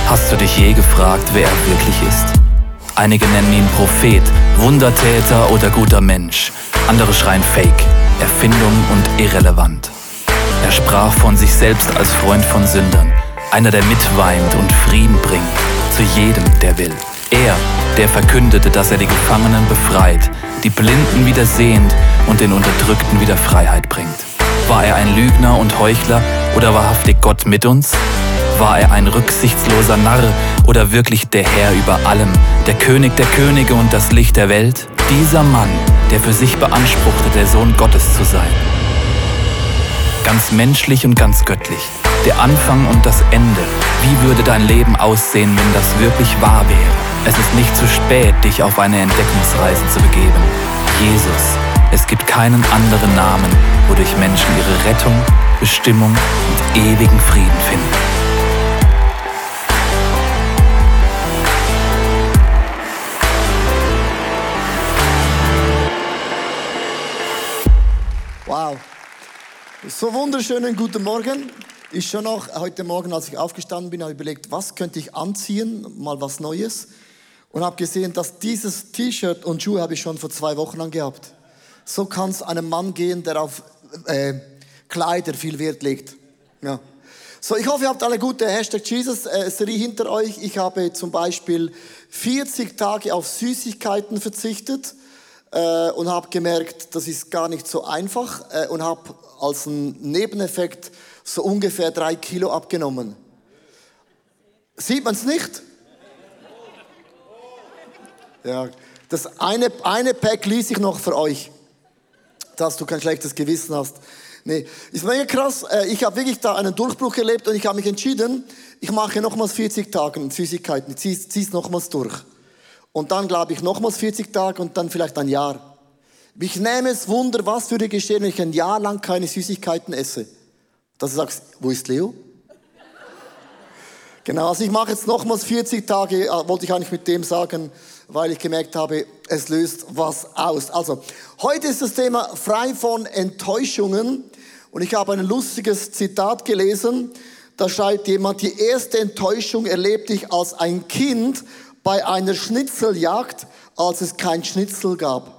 Hast du dich je gefragt, wer er wirklich ist? Einige nennen ihn Prophet, Wundertäter oder guter Mensch. Andere schreien Fake, Erfindung und irrelevant. Er sprach von sich selbst als Freund von Sündern. Einer, der mitweint und Frieden bringt zu jedem, der will. Er, der verkündete, dass er die Gefangenen befreit, die Blinden wieder sehend und den Unterdrückten wieder Freiheit bringt. War er ein Lügner und Heuchler oder wahrhaftig Gott mit uns? War er ein rücksichtsloser Narr oder wirklich der Herr über allem, der König der Könige und das Licht der Welt? Dieser Mann, der für sich beanspruchte, der Sohn Gottes zu sein. Ganz menschlich und ganz göttlich. Der Anfang und das Ende. Wie würde dein Leben aussehen, wenn das wirklich wahr wäre? Es ist nicht zu spät, dich auf eine Entdeckungsreise zu begeben. Jesus. Es gibt keinen anderen Namen, wodurch Menschen ihre Rettung, Bestimmung und ewigen Frieden finden. Wow. So wunderschönen guten Morgen. Ich schon noch heute Morgen, als ich aufgestanden bin, habe ich überlegt, was könnte ich anziehen, mal was Neues. Und habe gesehen, dass dieses T-Shirt und Schuhe habe ich schon vor 2 Wochen angehabt. So kann es einem Mann gehen, der auf Kleider viel Wert legt. Ja. So, ich hoffe, ihr habt alle gute #Jesus-Serie hinter euch. Ich habe zum Beispiel 40 Tage auf Süßigkeiten verzichtet. Und habe gemerkt, das ist gar nicht so einfach und habe als ein Nebeneffekt so ungefähr 3 Kilo abgenommen. Sieht man es nicht? Ja, das eine Pack ließ ich noch für euch, dass du kein schlechtes Gewissen hast. Nee, ist mega krass. Ich habe wirklich da einen Durchbruch erlebt und ich habe mich entschieden, ich mache nochmals 40 Tage Süßigkeiten, ich zieh's nochmals durch. Und dann, glaube ich, nochmals 40 Tage und dann vielleicht ein Jahr. Mich nehme es Wunder, was würde geschehen, wenn ich ein Jahr lang keine Süßigkeiten esse. Dass du sagst, wo ist Leo? Genau, also ich mache jetzt nochmals 40 Tage, wollte ich eigentlich mit dem sagen, weil ich gemerkt habe, es löst was aus. Also, heute ist das Thema frei von Enttäuschungen. Und ich habe ein lustiges Zitat gelesen. Da schreibt jemand, die erste Enttäuschung erlebte ich als ein Kind bei einer Schnitzeljagd, als es kein Schnitzel gab.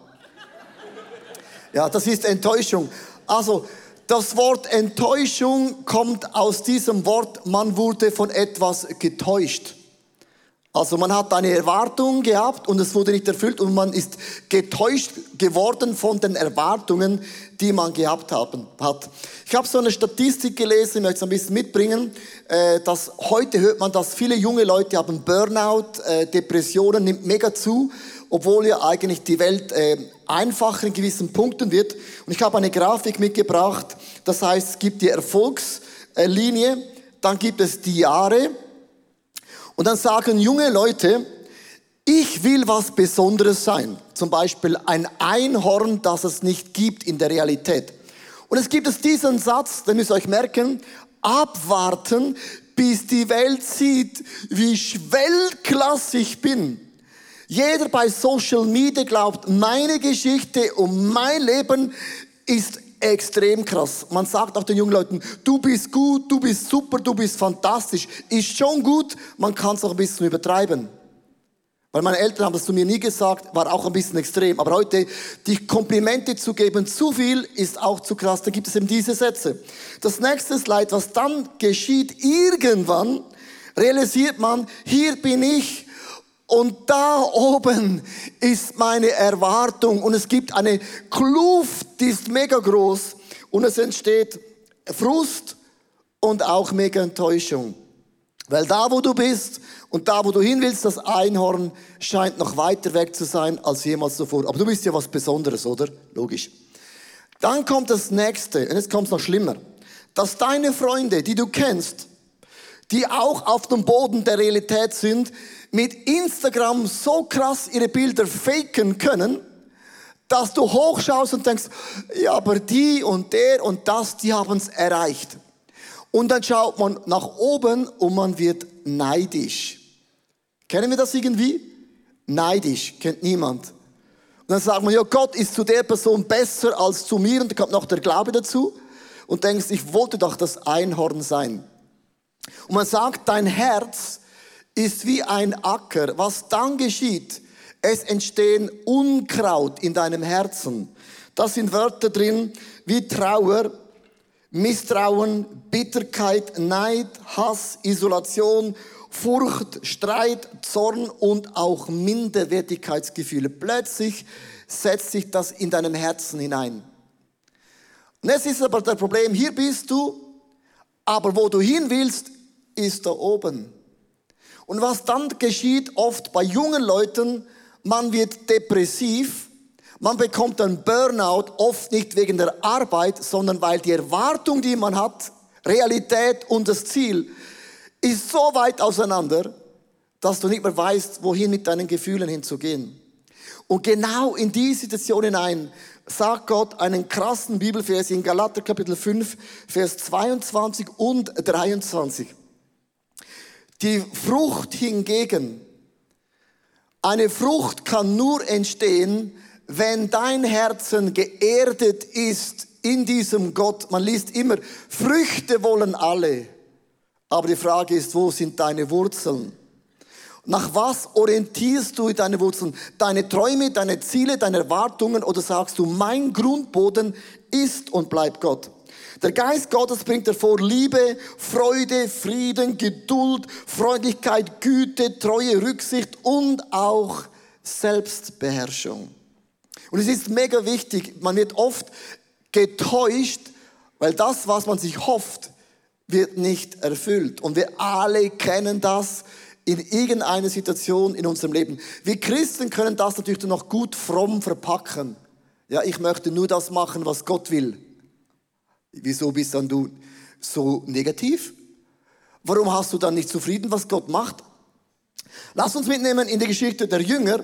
Ja, das ist Enttäuschung. Also, das Wort Enttäuschung kommt aus diesem Wort, man wurde von etwas getäuscht. Also man hat eine Erwartung gehabt und es wurde nicht erfüllt und man ist getäuscht geworden von den Erwartungen, die man gehabt hat. Ich habe so eine Statistik gelesen, ich möchte es ein bisschen mitbringen, dass heute hört man, dass viele junge Leute haben Burnout, Depressionen nimmt mega zu, obwohl ja eigentlich die Welt einfacher in gewissen Punkten wird. Und ich habe eine Grafik mitgebracht, das heißt, es gibt die Erfolgslinie, dann gibt es die Jahre. Und dann sagen junge Leute, ich will was Besonderes sein. Zum Beispiel ein Einhorn, das es nicht gibt in der Realität. Und es gibt diesen Satz, den müsst ihr euch merken, abwarten, bis die Welt sieht, wie weltklassig ich bin. Jeder bei Social Media glaubt, meine Geschichte und mein Leben ist extrem krass. Man sagt auch den jungen Leuten, du bist gut, du bist super, du bist fantastisch. Ist schon gut, man kann es auch ein bisschen übertreiben. Weil meine Eltern haben das zu mir nie gesagt, war auch ein bisschen extrem. Aber heute, die Komplimente zu geben, zu viel, ist auch zu krass. Da gibt es eben diese Sätze. Das nächste Slide, was dann geschieht, irgendwann realisiert man, hier bin ich. Und da oben ist meine Erwartung und es gibt eine Kluft, die ist mega groß und es entsteht Frust und auch mega Enttäuschung. Weil da, wo du bist und da, wo du hin willst, das Einhorn scheint noch weiter weg zu sein als jemals zuvor. Aber du bist ja was Besonderes, oder? Logisch. Dann kommt das Nächste und jetzt kommt es noch schlimmer. Dass deine Freunde, die du kennst, die auch auf dem Boden der Realität sind, mit Instagram so krass ihre Bilder faken können, dass du hochschaust und denkst, ja, aber die und der und das, die haben es erreicht. Und dann schaut man nach oben und man wird neidisch. Kennen wir das irgendwie? Neidisch, kennt niemand. Und dann sagt man, ja, Gott ist zu der Person besser als zu mir und da kommt noch der Glaube dazu und denkst, ich wollte doch das Einhorn sein. Und man sagt, dein Herz ist wie ein Acker. Was dann geschieht, es entstehen Unkraut in deinem Herzen. Das sind Wörter drin wie Trauer, Misstrauen, Bitterkeit, Neid, Hass, Isolation, Furcht, Streit, Zorn und auch Minderwertigkeitsgefühle. Plötzlich setzt sich das in deinem Herzen hinein. Und jetzt ist aber das Problem, hier bist du, aber wo du hin willst, ist da oben. Und was dann geschieht oft bei jungen Leuten, man wird depressiv, man bekommt einen Burnout, oft nicht wegen der Arbeit, sondern weil die Erwartung, die man hat, Realität und das Ziel, ist so weit auseinander, dass du nicht mehr weißt, wohin mit deinen Gefühlen hinzugehen. Und genau in die Situation hinein sagt Gott einen krassen Bibelvers in Galater Kapitel 5, Vers 22 und 23. Die Frucht hingegen, eine Frucht kann nur entstehen, wenn dein Herzen geerdet ist in diesem Gott. Man liest immer, Früchte wollen alle. Aber die Frage ist, wo sind deine Wurzeln? Nach was orientierst du deine Wurzeln? Deine Träume, deine Ziele, deine Erwartungen? Oder sagst du, mein Grundboden ist und bleibt Gott? Der Geist Gottes bringt hervor Liebe, Freude, Frieden, Geduld, Freundlichkeit, Güte, Treue, Rücksicht und auch Selbstbeherrschung. Und es ist mega wichtig, man wird oft getäuscht, weil das, was man sich hofft, wird nicht erfüllt. Und wir alle kennen das in irgendeiner Situation in unserem Leben. Wir Christen können das natürlich noch gut fromm verpacken. Ja, ich möchte nur das machen, was Gott will. Wieso bist dann du so negativ? Warum hast du dann nicht zufrieden, was Gott macht? Lass uns mitnehmen in die Geschichte der Jünger.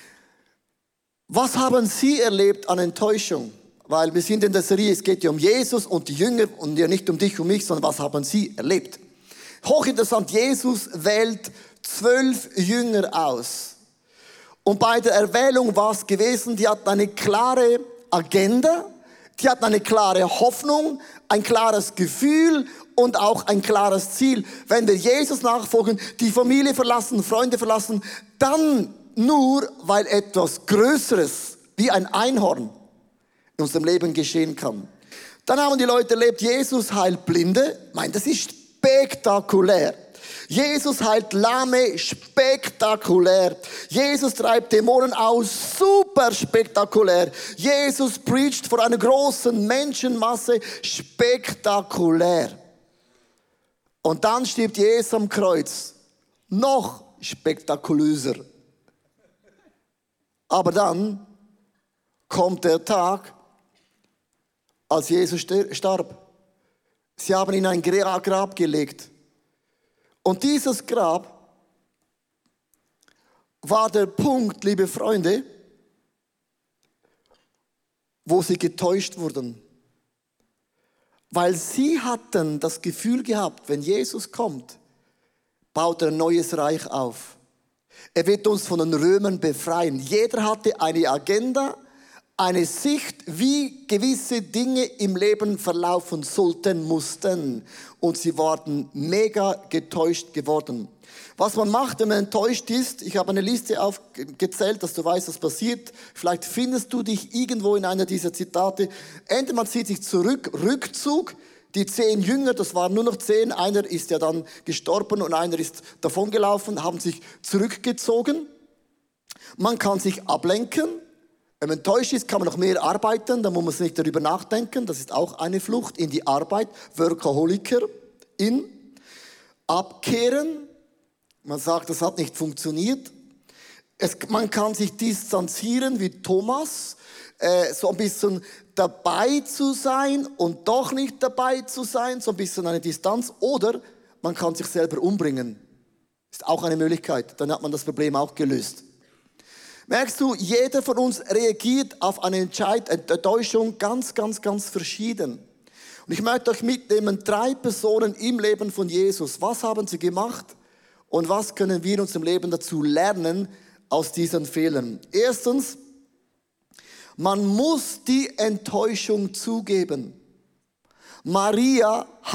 Was haben sie erlebt an Enttäuschung? Weil wir sind in der Serie, es geht ja um Jesus und die Jünger und ja nicht um dich und mich, sondern was haben sie erlebt? Hochinteressant, Jesus wählt 12 Jünger aus. Und bei der Erwählung war es gewesen, die hatten eine klare Agenda, die hatten eine klare Hoffnung, ein klares Gefühl und auch ein klares Ziel. Wenn wir Jesus nachfolgen, die Familie verlassen, Freunde verlassen, dann nur, weil etwas Größeres, wie ein Einhorn, in unserem Leben geschehen kann. Dann haben die Leute erlebt, Jesus heilt Blinde. Ich meine, das ist spektakulär. Jesus heilt Lahme, spektakulär. Jesus treibt Dämonen aus, super spektakulär. Jesus preacht vor einer großen Menschenmasse, spektakulär. Und dann stirbt Jesus am Kreuz, noch spektakulöser. Aber dann kommt der Tag, als Jesus starb. Sie haben ihn in ein Grab gelegt. Und dieses Grab war der Punkt, liebe Freunde, wo sie getäuscht wurden. Weil sie hatten das Gefühl gehabt, wenn Jesus kommt, baut er ein neues Reich auf. Er wird uns von den Römern befreien. Jeder hatte eine Agenda, eine Sicht, wie gewisse Dinge im Leben verlaufen sollten, mussten. Und sie waren mega getäuscht geworden. Was man macht, wenn man enttäuscht ist, ich habe eine Liste aufgezählt, dass du weißt, was passiert. Vielleicht findest du dich irgendwo in einer dieser Zitate. Entweder man zieht sich zurück, Rückzug. Die 10 Jünger, das waren nur noch 10, einer ist ja dann gestorben und einer ist davongelaufen, haben sich zurückgezogen. Man kann sich ablenken. Wenn man enttäuscht ist, kann man noch mehr arbeiten, dann muss man nicht darüber nachdenken. Das ist auch eine Flucht in die Arbeit. Workaholiker in Abkehren. Man sagt, das hat nicht funktioniert. Man kann sich distanzieren wie Thomas, so ein bisschen dabei zu sein und doch nicht dabei zu sein, so ein bisschen eine Distanz. Oder man kann sich selber umbringen. Ist auch eine Möglichkeit. Dann hat man das Problem auch gelöst. Merkst du, jeder von uns reagiert auf eine Enttäuschung ganz verschieden. Und ich möchte euch mitnehmen, 3 Personen im Leben von Jesus. Was haben sie gemacht und was können wir in unserem Leben dazu lernen aus diesen Fehlern? Erstens, man muss die Enttäuschung zugeben. Maria hat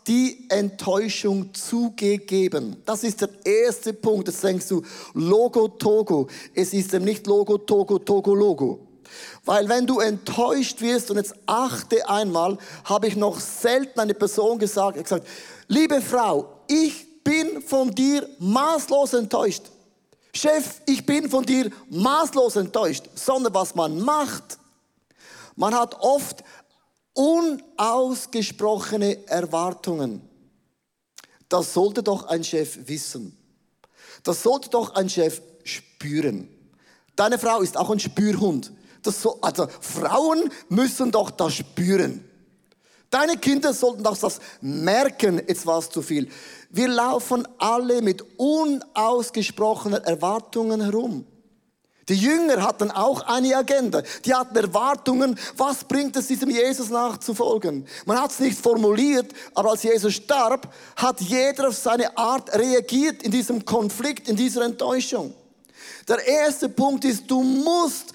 die Enttäuschung zugegeben. Das ist der erste Punkt. Jetzt denkst du, Logo, Togo. Es ist eben nicht Logo, Togo, Togo, Logo. Weil wenn du enttäuscht wirst, und jetzt achte einmal, habe ich noch selten eine Person gesagt, liebe Frau, ich bin von dir maßlos enttäuscht. Chef, ich bin von dir maßlos enttäuscht. Sondern was man macht, man hat oft unausgesprochene Erwartungen. Das sollte doch ein Chef wissen. Das sollte doch ein Chef spüren. Deine Frau ist auch ein Spürhund. Also Frauen müssen doch das spüren. Deine Kinder sollten doch das merken, jetzt war es zu viel. Wir laufen alle mit unausgesprochenen Erwartungen herum. Die Jünger hatten auch eine Agenda. Die hatten Erwartungen, was bringt es diesem Jesus nachzufolgen? Man hat es nicht formuliert, aber als Jesus starb, hat jeder auf seine Art reagiert in diesem Konflikt, in dieser Enttäuschung. Der erste Punkt ist, du musst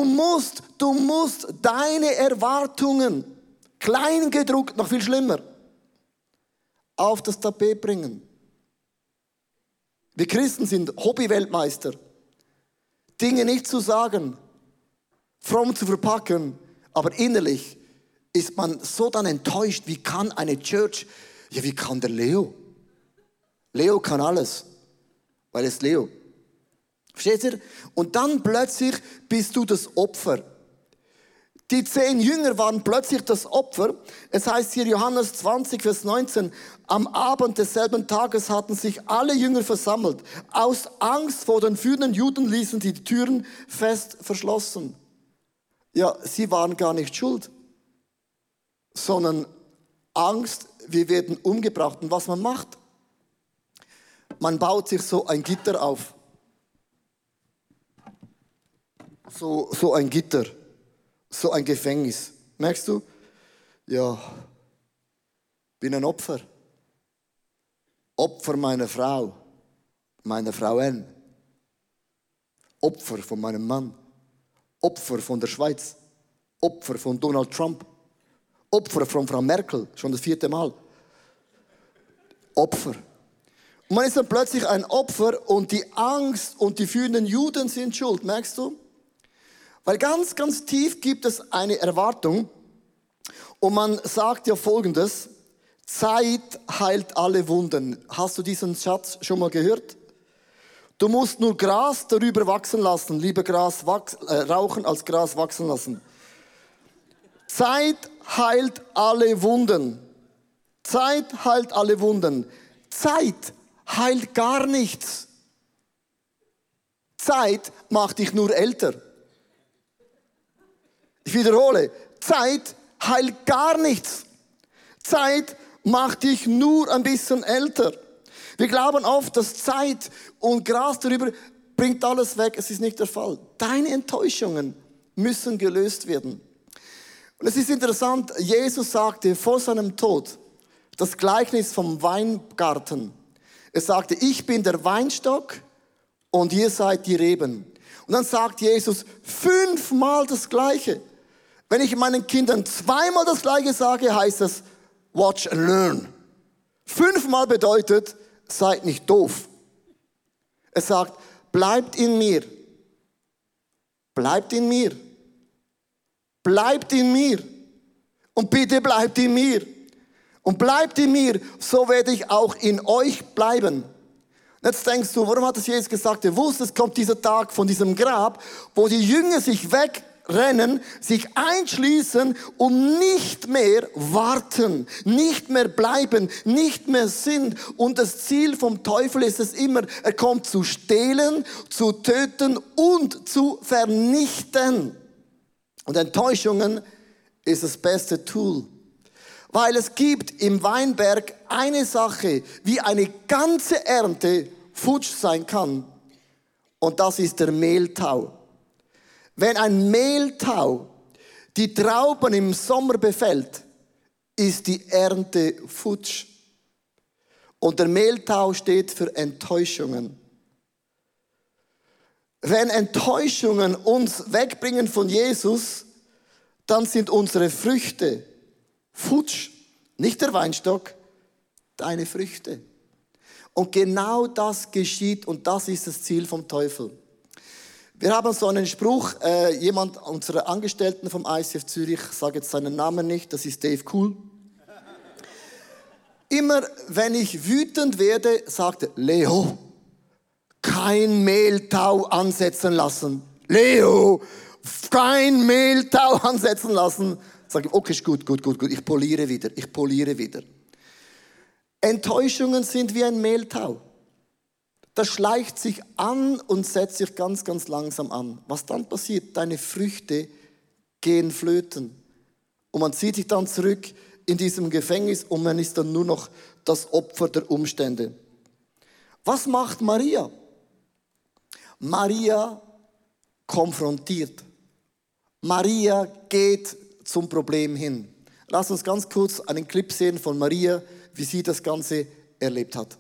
deine Erwartungen, kleingedruckt, noch viel schlimmer, auf das Tapet bringen. Wir Christen sind Hobby-Weltmeister. Dinge nicht zu sagen, fromm zu verpacken, aber innerlich ist man so dann enttäuscht, wie kann eine Church, wie kann der Leo? Leo kann alles, weil er ist Leo. Versteht ihr? Und dann plötzlich bist du das Opfer. Die 10 Jünger waren plötzlich das Opfer. Es heißt hier Johannes 20, Vers 19, am Abend desselben Tages hatten sich alle Jünger versammelt. Aus Angst vor den führenden Juden ließen sie die Türen fest verschlossen. Ja, sie waren gar nicht schuld, sondern Angst, wir werden umgebracht. Und was man macht, man baut sich so ein Gitter auf. So ein Gitter. So ein Gefängnis. Merkst du? Ja, bin ein Opfer. Opfer meiner Frau N. Opfer von meinem Mann. Opfer von der Schweiz. Opfer von Donald Trump. Opfer von Frau Merkel, schon das 4. Mal. Opfer. Und man ist dann plötzlich ein Opfer und die Angst und die führenden Juden sind schuld, merkst du? Weil ganz, ganz tief gibt es eine Erwartung und man sagt ja Folgendes, Zeit heilt alle Wunden. Hast du diesen Satz schon mal gehört? Du musst nur Gras darüber wachsen lassen, lieber rauchen als Gras wachsen lassen. Zeit heilt alle Wunden. Zeit heilt alle Wunden. Zeit heilt gar nichts. Zeit macht dich nur älter. Ich wiederhole, Zeit heilt gar nichts. Zeit macht dich nur ein bisschen älter. Wir glauben oft, dass Zeit und Gras darüber bringt alles weg. Es ist nicht der Fall. Deine Enttäuschungen müssen gelöst werden. Und es ist interessant, Jesus sagte vor seinem Tod das Gleichnis vom Weingarten. Er sagte, ich bin der Weinstock und ihr seid die Reben. Und dann sagt Jesus 5-mal das Gleiche. Wenn ich meinen Kindern 2-mal das Gleiche sage, heißt es, watch and learn. 5-mal bedeutet, seid nicht doof. Er sagt, bleibt in mir. Bleibt in mir. Bleibt in mir. Und bitte bleibt in mir. Und bleibt in mir, so werde ich auch in euch bleiben. Jetzt denkst du, warum hat das Jesus gesagt? Er wusste, es kommt dieser Tag von diesem Grab, wo die Jünger sich wegrennen, sich einschließen und nicht mehr warten, nicht mehr bleiben, nicht mehr sind. Und das Ziel vom Teufel ist es immer, er kommt zu stehlen, zu töten und zu vernichten. Und Enttäuschungen ist das beste Tool. Weil es gibt im Weinberg eine Sache, wie eine ganze Ernte futsch sein kann. Und das ist der Mehltau. Wenn ein Mehltau die Trauben im Sommer befällt, ist die Ernte futsch. Und der Mehltau steht für Enttäuschungen. Wenn Enttäuschungen uns wegbringen von Jesus, dann sind unsere Früchte futsch. Nicht der Weinstock, deine Früchte. Und genau das geschieht und das ist das Ziel vom Teufel. Wir haben so einen Spruch, jemand unserer Angestellten vom ICF Zürich, ich sage jetzt seinen Namen nicht, das ist Dave Cool. Immer wenn ich wütend werde, sagt er, Leo, kein Mehltau ansetzen lassen. Leo, kein Mehltau ansetzen lassen. Sag ich, okay, ist gut, ich poliere wieder. Enttäuschungen sind wie ein Mehltau. Das schleicht sich an und setzt sich ganz, ganz langsam an. Was dann passiert? Deine Früchte gehen flöten. Und man zieht sich dann zurück in diesem Gefängnis und man ist dann nur noch das Opfer der Umstände. Was macht Maria? Maria konfrontiert. Maria geht zum Problem hin. Lass uns ganz kurz einen Clip sehen von Maria, wie sie das Ganze erlebt hat.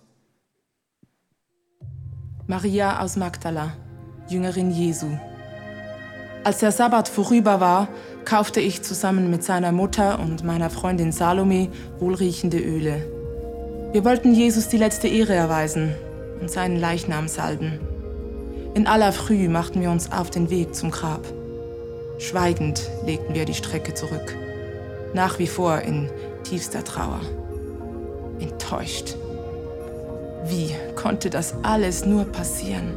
Maria aus Magdala, Jüngerin Jesu. Als der Sabbat vorüber war, kaufte ich zusammen mit seiner Mutter und meiner Freundin Salome wohlriechende Öle. Wir wollten Jesus die letzte Ehre erweisen und seinen Leichnam salben. In aller Früh machten wir uns auf den Weg zum Grab. Schweigend legten wir die Strecke zurück, nach wie vor in tiefster Trauer. Enttäuscht. Wie konnte das alles nur passieren?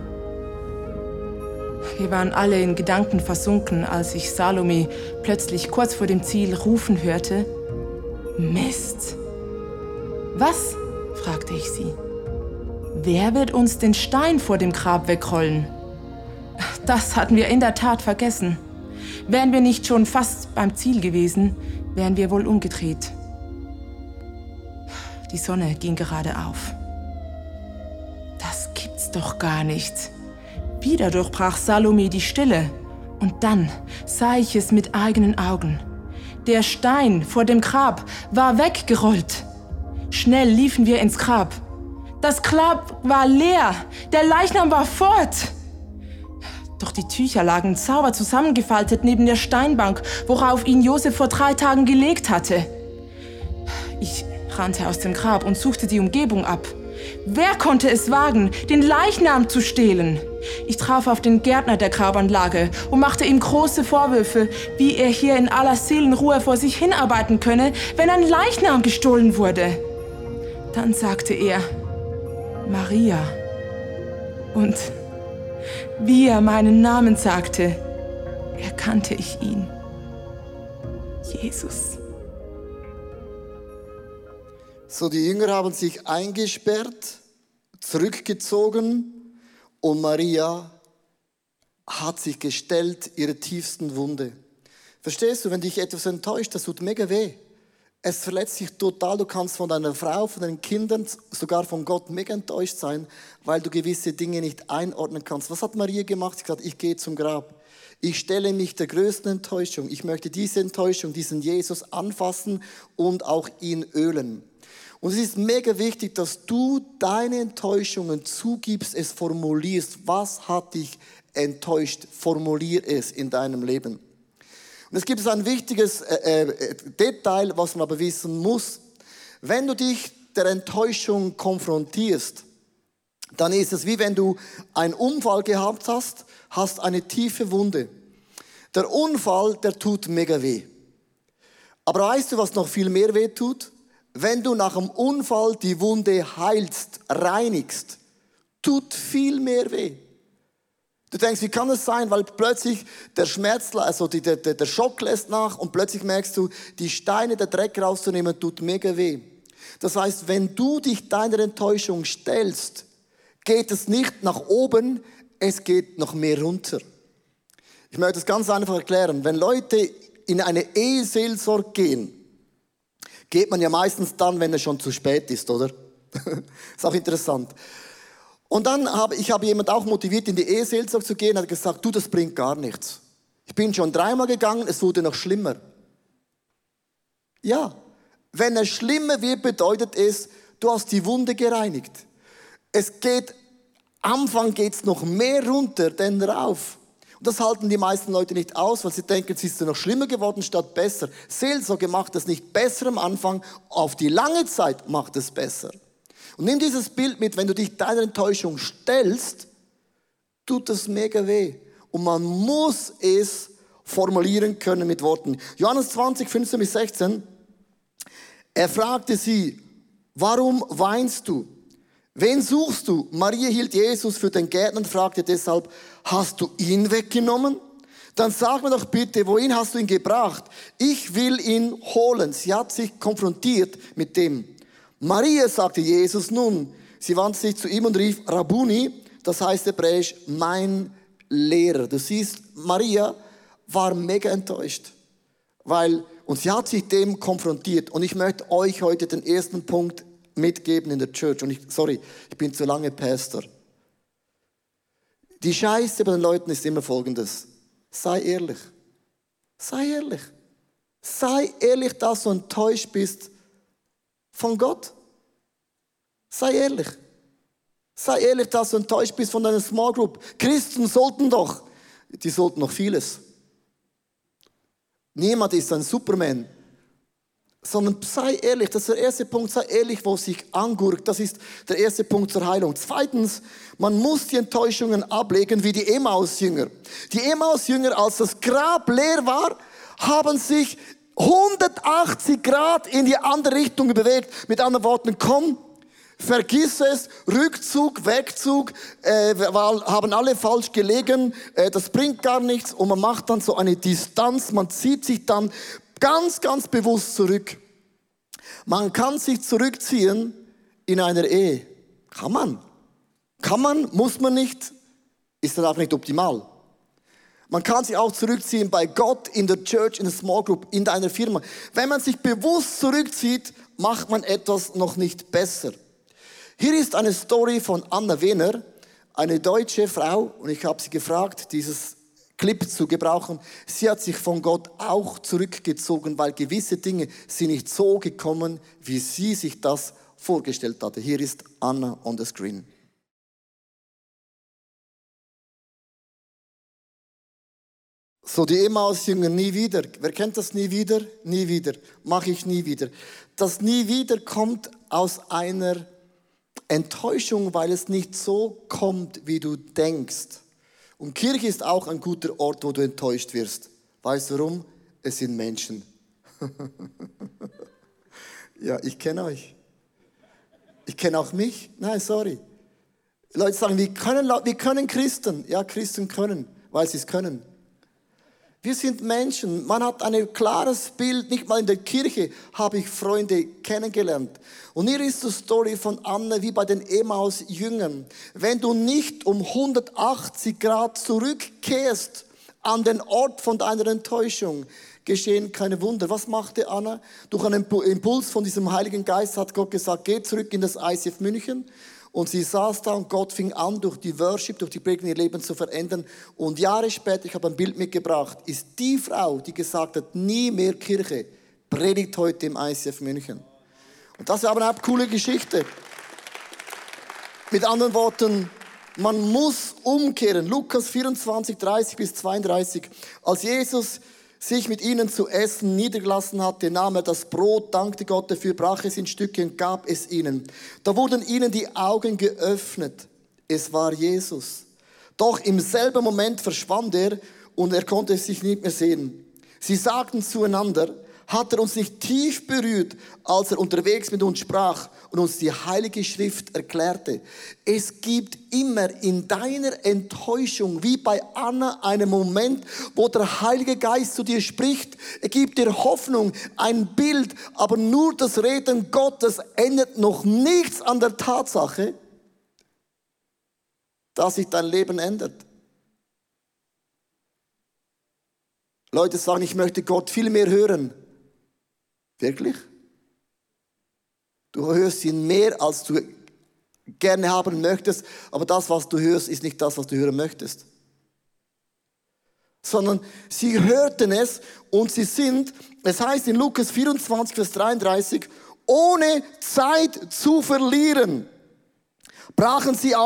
Wir waren alle in Gedanken versunken, als ich Salome plötzlich kurz vor dem Ziel rufen hörte. Mist! Was? Fragte ich sie. Wer wird uns den Stein vor dem Grab wegrollen? Das hatten wir in der Tat vergessen. Wären wir nicht schon fast beim Ziel gewesen, wären wir wohl umgedreht. Die Sonne ging gerade auf. Das gibt's doch gar nicht. Wieder durchbrach Salome die Stille. Und dann sah ich es mit eigenen Augen. Der Stein vor dem Grab war weggerollt. Schnell liefen wir ins Grab. Das Grab war leer. Der Leichnam war fort. Doch die Tücher lagen sauber zusammengefaltet neben der Steinbank, worauf ihn Josef vor 3 Tagen gelegt hatte. Ich rannte aus dem Grab und suchte die Umgebung ab. Wer konnte es wagen, den Leichnam zu stehlen? Ich traf auf den Gärtner der Grabanlage und machte ihm große Vorwürfe, wie er hier in aller Seelenruhe vor sich hinarbeiten könne, wenn ein Leichnam gestohlen wurde. Dann sagte er, Maria. Und wie er meinen Namen sagte, erkannte ich ihn. Jesus. So, die Jünger haben sich eingesperrt, zurückgezogen und Maria hat sich gestellt ihrer tiefsten Wunde. Verstehst du, wenn dich etwas enttäuscht, das tut mega weh. Es verletzt dich total, du kannst von deiner Frau, von deinen Kindern, sogar von Gott mega enttäuscht sein, weil du gewisse Dinge nicht einordnen kannst. Was hat Maria gemacht? Sie hat gesagt, ich gehe zum Grab. Ich stelle mich der größten Enttäuschung. Ich möchte diese Enttäuschung, diesen Jesus anfassen und auch ihn ölen. Und es ist mega wichtig, dass du deine Enttäuschungen zugibst, es formulierst. Was hat dich enttäuscht? Formulier es in deinem Leben. Und es gibt ein wichtiges Detail, was man aber wissen muss. Wenn du dich der Enttäuschung konfrontierst, dann ist es wie wenn du einen Unfall gehabt hast eine tiefe Wunde. Der Unfall, der tut mega weh. Aber weißt du, was noch viel mehr weh tut? Wenn du nach dem Unfall die Wunde heilst, reinigst, tut viel mehr weh. Du denkst, wie kann es sein? Weil plötzlich der Schmerz, also der Schock lässt nach und plötzlich merkst du, die Steine, der Dreck rauszunehmen, tut mega weh. Das heißt, wenn du dich deiner Enttäuschung stellst, geht es nicht nach oben, es geht noch mehr runter. Ich möchte das ganz einfach erklären. Wenn Leute in eine Eheseelsorge gehen, geht man ja meistens dann, wenn es schon zu spät ist, oder? Ist auch interessant. Und dann habe ich jemand auch motiviert, in die Eheseelsorge zu gehen, hat gesagt, du, das bringt gar nichts. Ich bin schon 3-mal gegangen, es wurde noch schlimmer. Ja, wenn es schlimmer wird, bedeutet es, du hast die Wunde gereinigt. Anfang geht's noch mehr runter, denn rauf. Und das halten die meisten Leute nicht aus, weil sie denken, es ist ja noch schlimmer geworden statt besser. Seelsorge macht es nicht besser am Anfang, auf die lange Zeit macht es besser. Und nimm dieses Bild mit, wenn du dich deiner Enttäuschung stellst, tut das mega weh. Und man muss es formulieren können mit Worten. Johannes 20, 15 bis 16. Er fragte sie, warum weinst du? Wen suchst du? Maria hielt Jesus für den Gärtner und fragte deshalb, hast du ihn weggenommen? Dann sag mir doch bitte, wohin hast du ihn gebracht? Ich will ihn holen. Sie hat sich konfrontiert mit dem. Maria, sagte Jesus nun. Sie wandte sich zu ihm und rief, Rabbuni, das heißt hebräisch, mein Lehrer. Du siehst, Maria war mega enttäuscht, und sie hat sich dem konfrontiert. Und ich möchte euch heute den ersten Punkt mitgeben in der Church. Und ich bin zu lange Pastor. Die Scheiße bei den Leuten ist immer Folgendes. Sei ehrlich. Sei ehrlich. Sei ehrlich, dass du enttäuscht bist von Gott. Sei ehrlich. Sei ehrlich, dass du enttäuscht bist von deiner Small Group. Christen sollten noch vieles. Niemand ist ein Superman. Sondern sei ehrlich, das ist der erste Punkt, sei ehrlich, wo es sich angurkt. Das ist der erste Punkt zur Heilung. Zweitens, man muss die Enttäuschungen ablegen wie die Emmaus-Jünger. Die Emmaus-Jünger, als das Grab leer war, haben sich 180 Grad in die andere Richtung bewegt. Mit anderen Worten, komm, vergiss es, Rückzug, Wegzug, haben alle falsch gelegen, das bringt gar nichts und man macht dann so eine Distanz, man zieht sich dann ganz, ganz bewusst zurück. Man kann sich zurückziehen in einer Ehe. Kann man, muss man nicht, ist dann auch nicht optimal. Man kann sich auch zurückziehen bei Gott, in der Church, in der Small Group, in deiner Firma. Wenn man sich bewusst zurückzieht, macht man etwas noch nicht besser. Hier ist eine Story von Anna Wehner, eine deutsche Frau, und ich habe sie gefragt, dieses Clip zu gebrauchen. Sie hat sich von Gott auch zurückgezogen, weil gewisse Dinge sind nicht so gekommen, wie sie sich das vorgestellt hatte. Hier ist Anna on the screen. So, die Emmaus-Jünger, nie wieder. Wer kennt das nie wieder? Nie wieder. Mache ich nie wieder. Das nie wieder kommt aus einer Enttäuschung, weil es nicht so kommt, wie du denkst. Und Kirche ist auch ein guter Ort, wo du enttäuscht wirst. Weißt du warum? Es sind Menschen. Ja, ich kenne euch. Ich kenne auch mich. Nein, sorry. Leute sagen, wir können Christen. Ja, Christen können, weil sie es können. Wir sind Menschen. Man hat ein klares Bild. Nicht mal in der Kirche habe ich Freunde kennengelernt. Und hier ist die Story von Anna wie bei den Emmaus-Jüngern. Wenn du nicht um 180 Grad zurückkehrst an den Ort von deiner Enttäuschung, geschehen keine Wunder. Was machte Anna? Durch einen Impuls von diesem Heiligen Geist hat Gott gesagt, geh zurück in das ICF München. Und sie saß da und Gott fing an, durch die Worship, durch die Predigt ihr Leben zu verändern. Und Jahre später, ich habe ein Bild mitgebracht, ist die Frau, die gesagt hat, nie mehr Kirche, predigt heute im ICF München. Und das ist aber eine coole Geschichte. Mit anderen Worten, man muss umkehren. Lukas 24, 30 bis 32. Als Jesus sich mit ihnen zu essen niedergelassen hatte, nahm er das Brot, dankte Gott dafür, brach es in Stücke und gab es ihnen. Da wurden ihnen die Augen geöffnet. Es war Jesus. Doch im selben Moment verschwand er und er konnte sich nicht mehr sehen. Sie sagten zueinander, hat er uns nicht tief berührt, als er unterwegs mit uns sprach und uns die Heilige Schrift erklärte. Es gibt immer in deiner Enttäuschung, wie bei Anna, einen Moment, wo der Heilige Geist zu dir spricht. Er gibt dir Hoffnung, ein Bild, aber nur das Reden Gottes ändert noch nichts an der Tatsache, dass sich dein Leben ändert. Leute sagen, ich möchte Gott viel mehr hören. Wirklich? Du hörst ihn mehr, als du gerne haben möchtest, aber das, was du hörst, ist nicht das, was du hören möchtest. Sondern sie hörten es und sie sind, es heißt in Lukas 24, Vers 33, ohne Zeit zu verlieren, brachen sie auf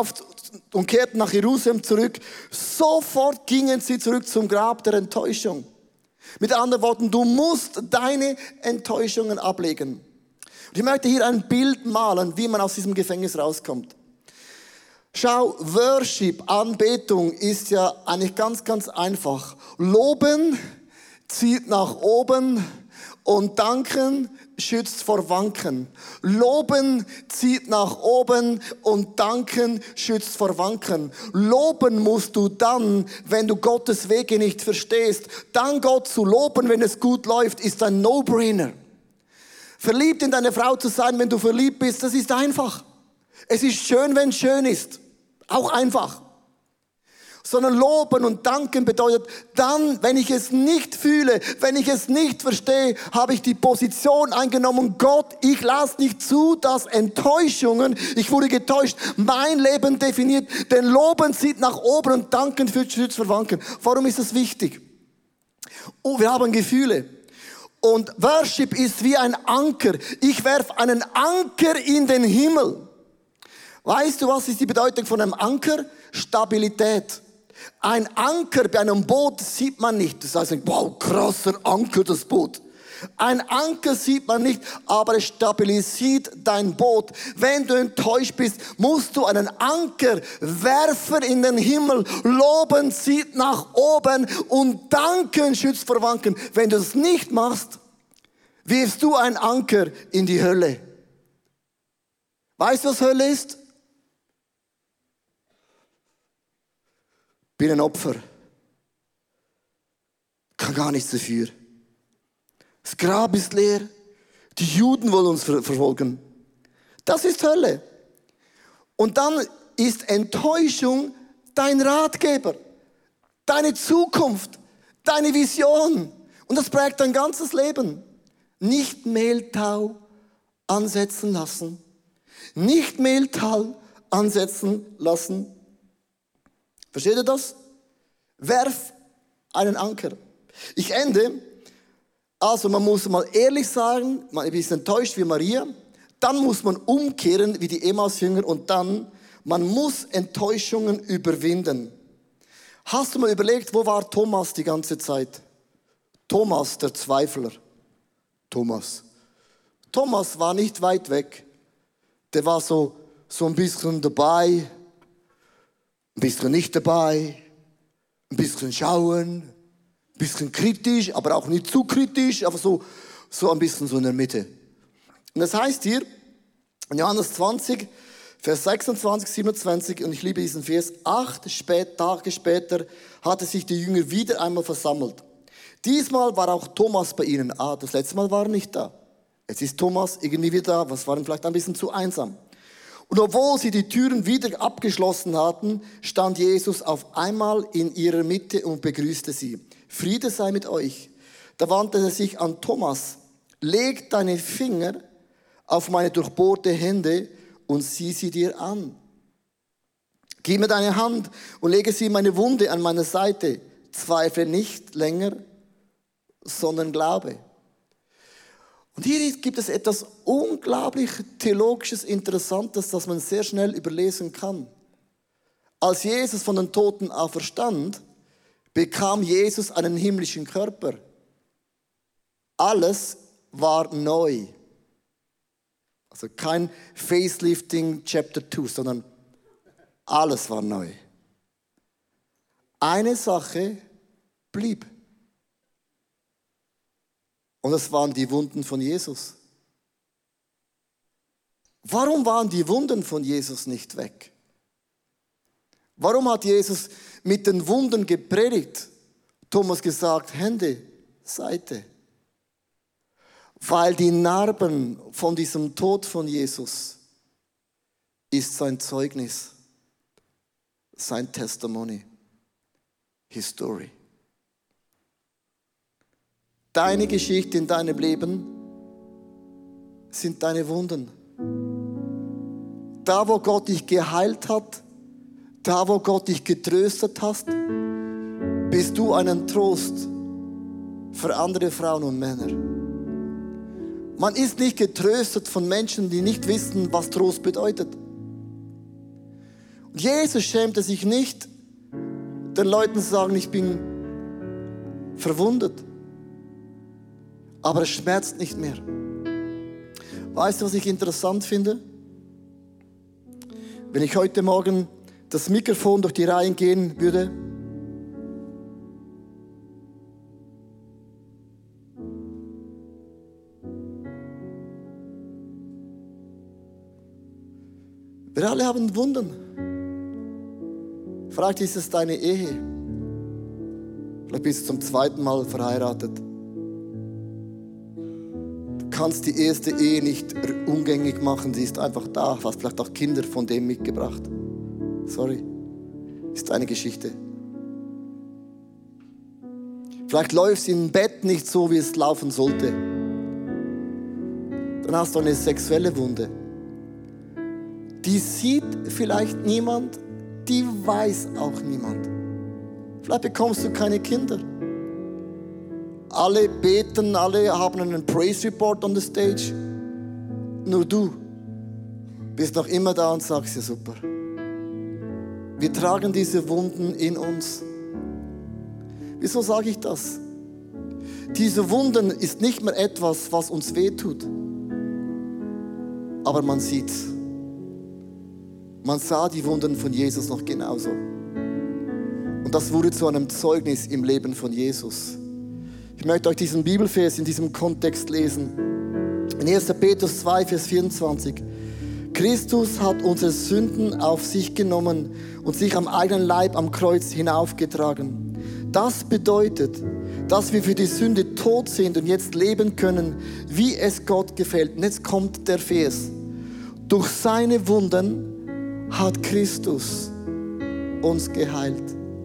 und kehrten nach Jerusalem zurück. Sofort gingen sie zurück zum Grab der Enttäuschung. Mit anderen Worten, du musst deine Enttäuschungen ablegen. Und ich möchte hier ein Bild malen, wie man aus diesem Gefängnis rauskommt. Schau, Worship, Anbetung ist ja eigentlich ganz, ganz einfach. Loben zieht nach oben und danken schützt vor Wanken. Loben zieht nach oben und danken schützt vor Wanken. Loben musst du dann, wenn du Gottes Wege nicht verstehst. Dann Gott zu loben, wenn es gut läuft, ist ein No-Brainer. Verliebt in deine Frau zu sein, wenn du verliebt bist, das ist einfach. Es ist schön, wenn es schön ist. Auch einfach. Sondern loben und danken bedeutet, dann, wenn ich es nicht fühle, wenn ich es nicht verstehe, habe ich die Position eingenommen, Gott, ich lasse nicht zu, dass Enttäuschungen, ich wurde getäuscht, mein Leben definiert, denn Loben zieht nach oben und danken schützt vor Wanken. Warum ist das wichtig? Oh, wir haben Gefühle. Und Worship ist wie ein Anker. Ich werfe einen Anker in den Himmel. Weißt du, was ist die Bedeutung von einem Anker? Stabilität. Ein Anker bei einem Boot sieht man nicht. Das heißt, wow, krasser Anker, das Boot. Ein Anker sieht man nicht, aber es stabilisiert dein Boot. Wenn du enttäuscht bist, musst du einen Anker werfen in den Himmel. Loben zieht nach oben und danken schützt vor Wanken. Wenn du das nicht machst, wirfst du einen Anker in die Hölle. Weißt du, was Hölle ist? Bin ein Opfer. Kann gar nichts dafür. Das Grab ist leer. Die Juden wollen uns verfolgen. Das ist Hölle. Und dann ist Enttäuschung dein Ratgeber, deine Zukunft, deine Vision. Und das prägt dein ganzes Leben. Nicht Mehltau ansetzen lassen. Nicht Mehltau ansetzen lassen. Versteht ihr das? Werf einen Anker. Ich ende. Also man muss mal ehrlich sagen, man ist enttäuscht wie Maria. Dann muss man umkehren wie die Emmaus-Jünger und dann, man muss Enttäuschungen überwinden. Hast du mal überlegt, wo war Thomas die ganze Zeit? Thomas, der Zweifler. Thomas war nicht weit weg. Der war so ein bisschen dabei, ein bisschen nicht dabei, ein bisschen schauen, ein bisschen kritisch, aber auch nicht zu kritisch, aber so ein bisschen so in der Mitte. Und das heißt hier, in Johannes 20, Vers 26, 27, und ich liebe diesen Vers, 8 Tage später hatte sich die Jünger wieder einmal versammelt. Diesmal war auch Thomas bei ihnen. Das letzte Mal war er nicht da. Jetzt ist Thomas irgendwie wieder da, was war ihm vielleicht ein bisschen zu einsam. Und obwohl sie die Türen wieder abgeschlossen hatten, stand Jesus auf einmal in ihrer Mitte und begrüßte sie. Friede sei mit euch. Da wandte er sich an Thomas. Leg deine Finger auf meine durchbohrte Hände und sieh sie dir an. Gib mir deine Hand und lege sie in meine Wunde an meiner Seite. Zweifle nicht länger, sondern glaube. Und hier gibt es etwas unglaublich Theologisches, Interessantes, das man sehr schnell überlesen kann. Als Jesus von den Toten auferstand, bekam Jesus einen himmlischen Körper. Alles war neu. Also kein Facelifting Chapter 2, sondern alles war neu. Eine Sache blieb. Und das waren die Wunden von Jesus. Warum waren die Wunden von Jesus nicht weg? Warum hat Jesus mit den Wunden gepredigt? Thomas gesagt, Hände, Seite. Weil die Narben von diesem Tod von Jesus ist sein Zeugnis, sein Testimony, his story. Deine Geschichte in deinem Leben sind deine Wunden. Da, wo Gott dich geheilt hat, da, wo Gott dich getröstet hat, bist du einen Trost für andere Frauen und Männer. Man ist nicht getröstet von Menschen, die nicht wissen, was Trost bedeutet. Und Jesus schämte sich nicht, den Leuten zu sagen, ich bin verwundet. Aber es schmerzt nicht mehr. Weißt du, was ich interessant finde? Wenn ich heute Morgen das Mikrofon durch die Reihen gehen würde, wir alle haben Wunden. Fragt, ist es deine Ehe? Vielleicht bist du zum zweiten Mal verheiratet. Du kannst die erste Ehe nicht umgängig machen, sie ist einfach da. Du hast vielleicht auch Kinder von dem mitgebracht. Sorry, ist deine Geschichte. Vielleicht läuft es im Bett nicht so, wie es laufen sollte. Dann hast du eine sexuelle Wunde. Die sieht vielleicht niemand, die weiß auch niemand. Vielleicht bekommst du keine Kinder. Alle beten, alle haben einen Praise Report on the stage. Nur du bist noch immer da und sagst, ja super. Wir tragen diese Wunden in uns. Wieso sage ich das? Diese Wunden ist nicht mehr etwas, was uns wehtut. Aber man sieht's. Man sah die Wunden von Jesus noch genauso. Und das wurde zu einem Zeugnis im Leben von Jesus. Ich möchte euch diesen Bibelvers in diesem Kontext lesen. In 1. Petrus 2, Vers 24. Christus hat unsere Sünden auf sich genommen und sich am eigenen Leib am Kreuz hinaufgetragen. Das bedeutet, dass wir für die Sünde tot sind und jetzt leben können, wie es Gott gefällt. Und jetzt kommt der Vers. Durch seine Wunden hat Christus uns geheilt.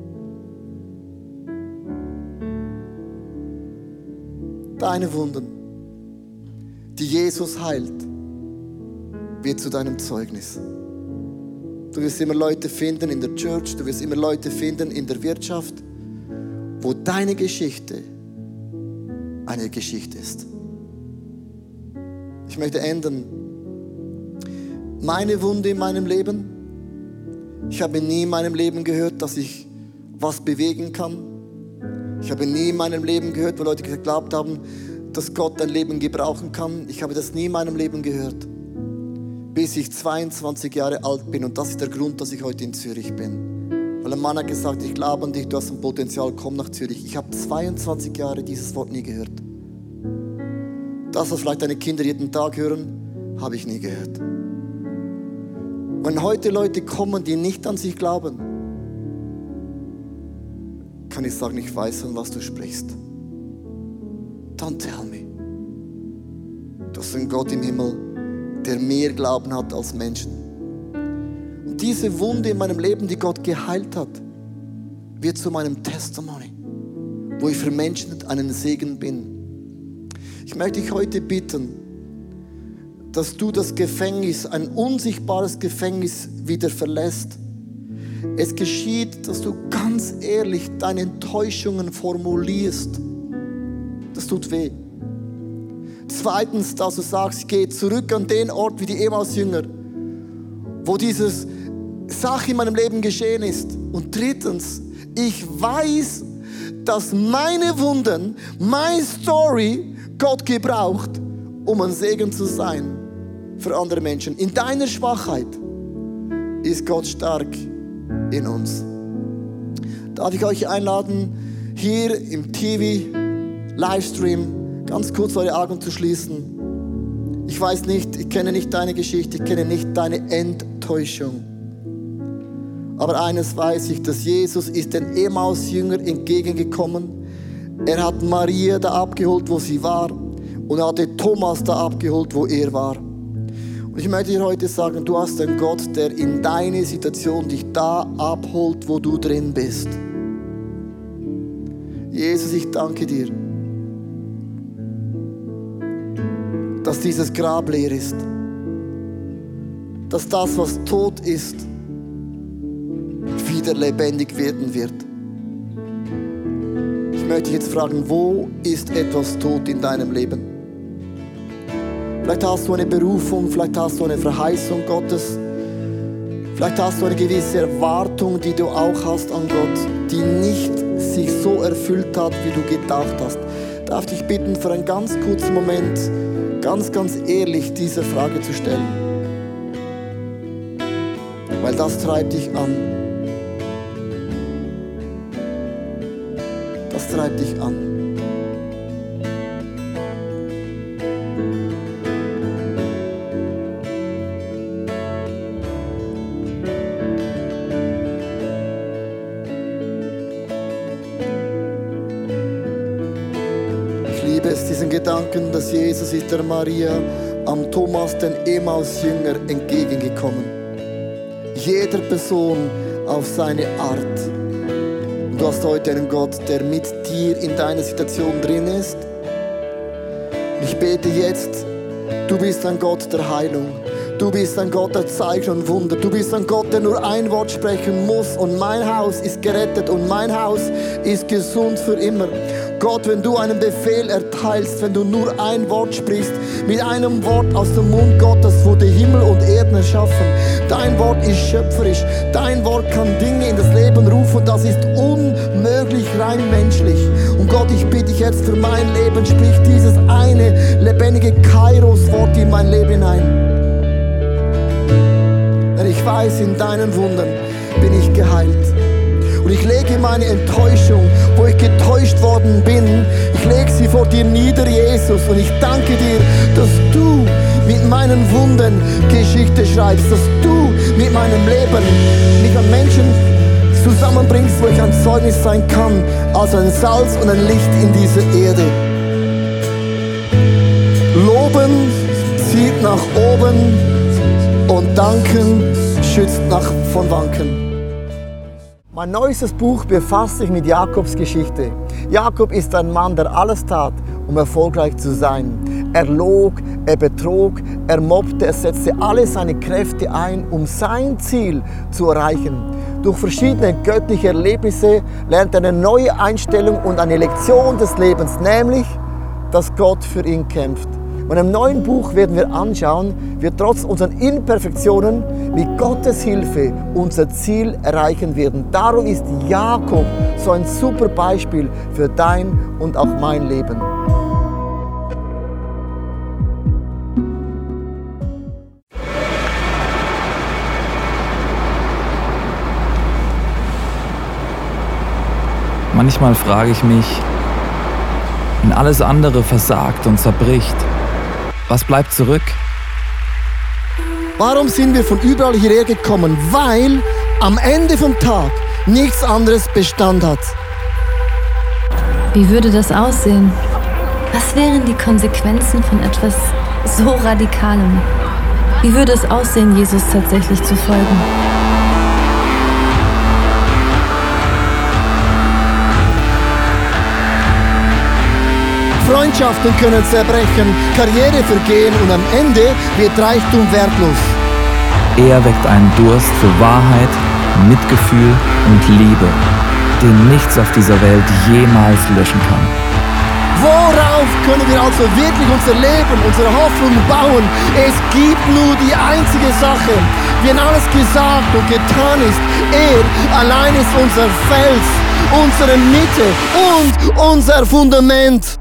Deine Wunden, die Jesus heilt, wird zu deinem Zeugnis. Du wirst immer Leute finden in der Church, du wirst immer Leute finden in der Wirtschaft, wo deine Geschichte eine Geschichte ist. Ich möchte enden. Meine Wunde in meinem Leben. Ich habe nie in meinem Leben gehört, dass ich was bewegen kann. Ich habe nie in meinem Leben gehört, wo Leute geglaubt haben, dass Gott dein Leben gebrauchen kann. Ich habe das nie in meinem Leben gehört, bis ich 22 Jahre alt bin. Und das ist der Grund, dass ich heute in Zürich bin. Weil ein Mann hat gesagt, ich glaube an dich, du hast ein Potenzial, komm nach Zürich. Ich habe 22 Jahre dieses Wort nie gehört. Das, was vielleicht deine Kinder jeden Tag hören, habe ich nie gehört. Wenn heute Leute kommen, die nicht an sich glauben, kann ich sagen, ich weiß, an was du sprichst. Don't tell me. Du hast einen Gott im Himmel, der mehr Glauben hat als Menschen. Und diese Wunde in meinem Leben, die Gott geheilt hat, wird zu meinem Testimony, wo ich für Menschen einen Segen bin. Ich möchte dich heute bitten, dass du das Gefängnis, ein unsichtbares Gefängnis, wieder verlässt. Es geschieht, dass du ganz ehrlich deine Enttäuschungen formulierst. Das tut weh. Zweitens, dass du sagst, ich gehe zurück an den Ort wie die Emmaus-Jünger, wo dieses Sache in meinem Leben geschehen ist. Und drittens, ich weiß, dass meine Wunden, meine Story Gott gebraucht, um ein Segen zu sein für andere Menschen. In deiner Schwachheit ist Gott stark in uns. Darf ich euch einladen, hier im TV, Livestream, ganz kurz eure Augen zu schließen. Ich weiß nicht, ich kenne nicht deine Geschichte, ich kenne nicht deine Enttäuschung. Aber eines weiß ich, dass Jesus ist den Emmaus-Jüngern entgegengekommen. Er hat Maria da abgeholt, wo sie war. Und er hatte Thomas da abgeholt, wo er war. Und ich möchte dir heute sagen, du hast einen Gott, der in deine Situation dich da abholt, wo du drin bist. Jesus, ich danke dir, dass dieses Grab leer ist. Dass das, was tot ist, wieder lebendig werden wird. Ich möchte dich jetzt fragen, wo ist etwas tot in deinem Leben? Vielleicht hast du eine Berufung, vielleicht hast du eine Verheißung Gottes. Vielleicht hast du eine gewisse Erwartung, die du auch hast an Gott, die nicht sich so erfüllt hat, wie du gedacht hast. Darf ich dich bitten, für einen ganz kurzen Moment, ganz ehrlich diese Frage zu stellen. Weil das treibt dich an. Das treibt dich an. Ich liebe es, diesen Gedanken, dass Jesus ist der Maria am Thomas, den Emmaus-Jünger, entgegengekommen. Jeder Person auf seine Art. Und du hast heute einen Gott, der mit dir in deiner Situation drin ist. Ich bete jetzt, du bist ein Gott der Heilung. Du bist ein Gott der Zeichen und Wunder. Du bist ein Gott, der nur ein Wort sprechen muss. Und mein Haus ist gerettet und mein Haus ist gesund für immer. Gott, wenn du einen Befehl erteilst, wenn du nur ein Wort sprichst, mit einem Wort aus dem Mund Gottes wurde Himmel und Erden erschaffen. Dein Wort ist schöpferisch. Dein Wort kann Dinge in das Leben rufen. Das ist unmöglich rein menschlich. Und Gott, ich bitte dich jetzt für mein Leben, sprich dieses eine lebendige Kairos-Wort in mein Leben hinein. Denn ich weiß, in deinen Wundern bin ich geheilt. Und ich lege meine Enttäuschung, wo ich getäuscht worden bin, ich lege sie vor dir nieder, Jesus. Und ich danke dir, dass du mit meinen Wunden Geschichte schreibst, dass du mit meinem Leben mich an Menschen zusammenbringst, wo ich ein Zeugnis sein kann, als ein Salz und ein Licht in dieser Erde. Loben zieht nach oben und danken schützt von Wanken. Mein neuestes Buch befasst sich mit Jakobs Geschichte. Jakob ist ein Mann, der alles tat, um erfolgreich zu sein. Er log, er betrog, er mobbte, er setzte alle seine Kräfte ein, um sein Ziel zu erreichen. Durch verschiedene göttliche Erlebnisse lernt er eine neue Einstellung und eine Lektion des Lebens, nämlich, dass Gott für ihn kämpft. Und im neuen Buch werden wir anschauen, wie wir trotz unseren Imperfektionen mit Gottes Hilfe unser Ziel erreichen werden. Darum ist Jakob so ein super Beispiel für dein und auch mein Leben. Manchmal frage ich mich, wenn alles andere versagt und zerbricht, was bleibt zurück? Warum sind wir von überall hierher gekommen? Weil am Ende vom Tag nichts anderes Bestand hat. Wie würde das aussehen? Was wären die Konsequenzen von etwas so Radikalem? Wie würde es aussehen, Jesus tatsächlich zu folgen? Freundschaften können zerbrechen, Karriere vergehen und am Ende wird Reichtum wertlos. Er weckt einen Durst für Wahrheit, Mitgefühl und Liebe, den nichts auf dieser Welt jemals löschen kann. Worauf können wir also wirklich unser Leben, unsere Hoffnung bauen? Es gibt nur die einzige Sache. Wenn alles gesagt und getan ist, er allein ist unser Fels, unsere Mitte und unser Fundament.